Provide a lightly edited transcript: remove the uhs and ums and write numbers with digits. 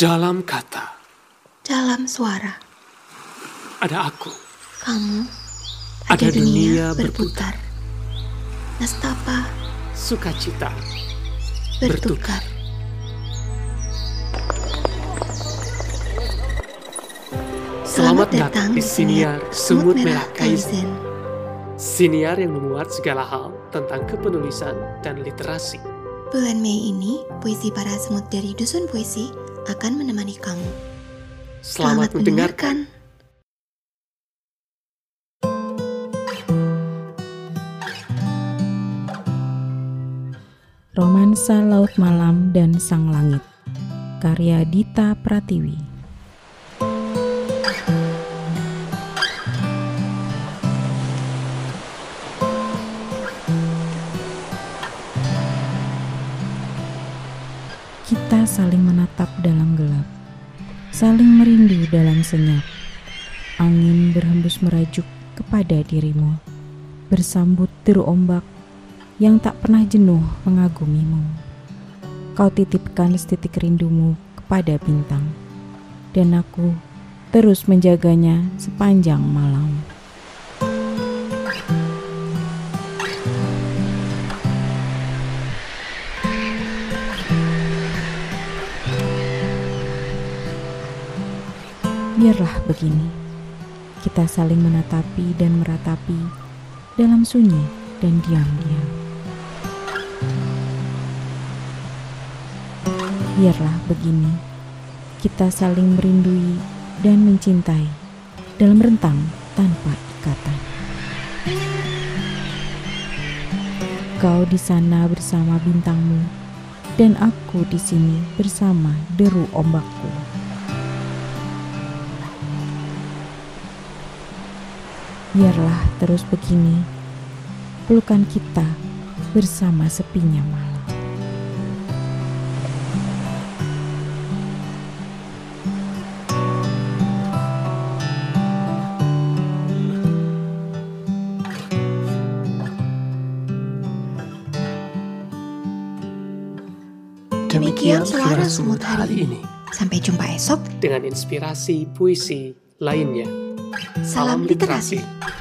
Dalam kata, dalam suara, ada aku, kamu, ada dunia berputar, nestapa sukacita bertukar. Selamat datang di Siniar Semut Merah Kaizen. Kaizen. Siniar yang memuat segala hal tentang kepenulisan dan literasi. Bulan Mei ini, puisi para semut dari Dusun Puisi akan menemani kamu. Selamat mendengarkan. Romansa Laut Malam dan Sang Langit, karya Dita Pratiwi. Kita saling menatap dalam gelap, saling merindu dalam senyap. Angin berhembus merajuk kepada dirimu, bersambut deru ombak yang tak pernah jenuh mengagumimu. Kau titipkan setitik rindumu kepada bintang, dan aku terus menjaganya sepanjang malam. Biarlah begini, kita saling menatapi dan meratapi dalam sunyi dan diam-diam. Biarlah begini, kita saling merindui dan mencintai dalam rentang tanpa ikatan. Kau di sana bersama bintangmu, dan aku di sini bersama deru ombakku. Biarlah terus begini, pelukan kita bersama sepinya malam. Demikian suara semut hari ini. Sampai jumpa esok. Dengan inspirasi puisi lainnya. Salam literasi.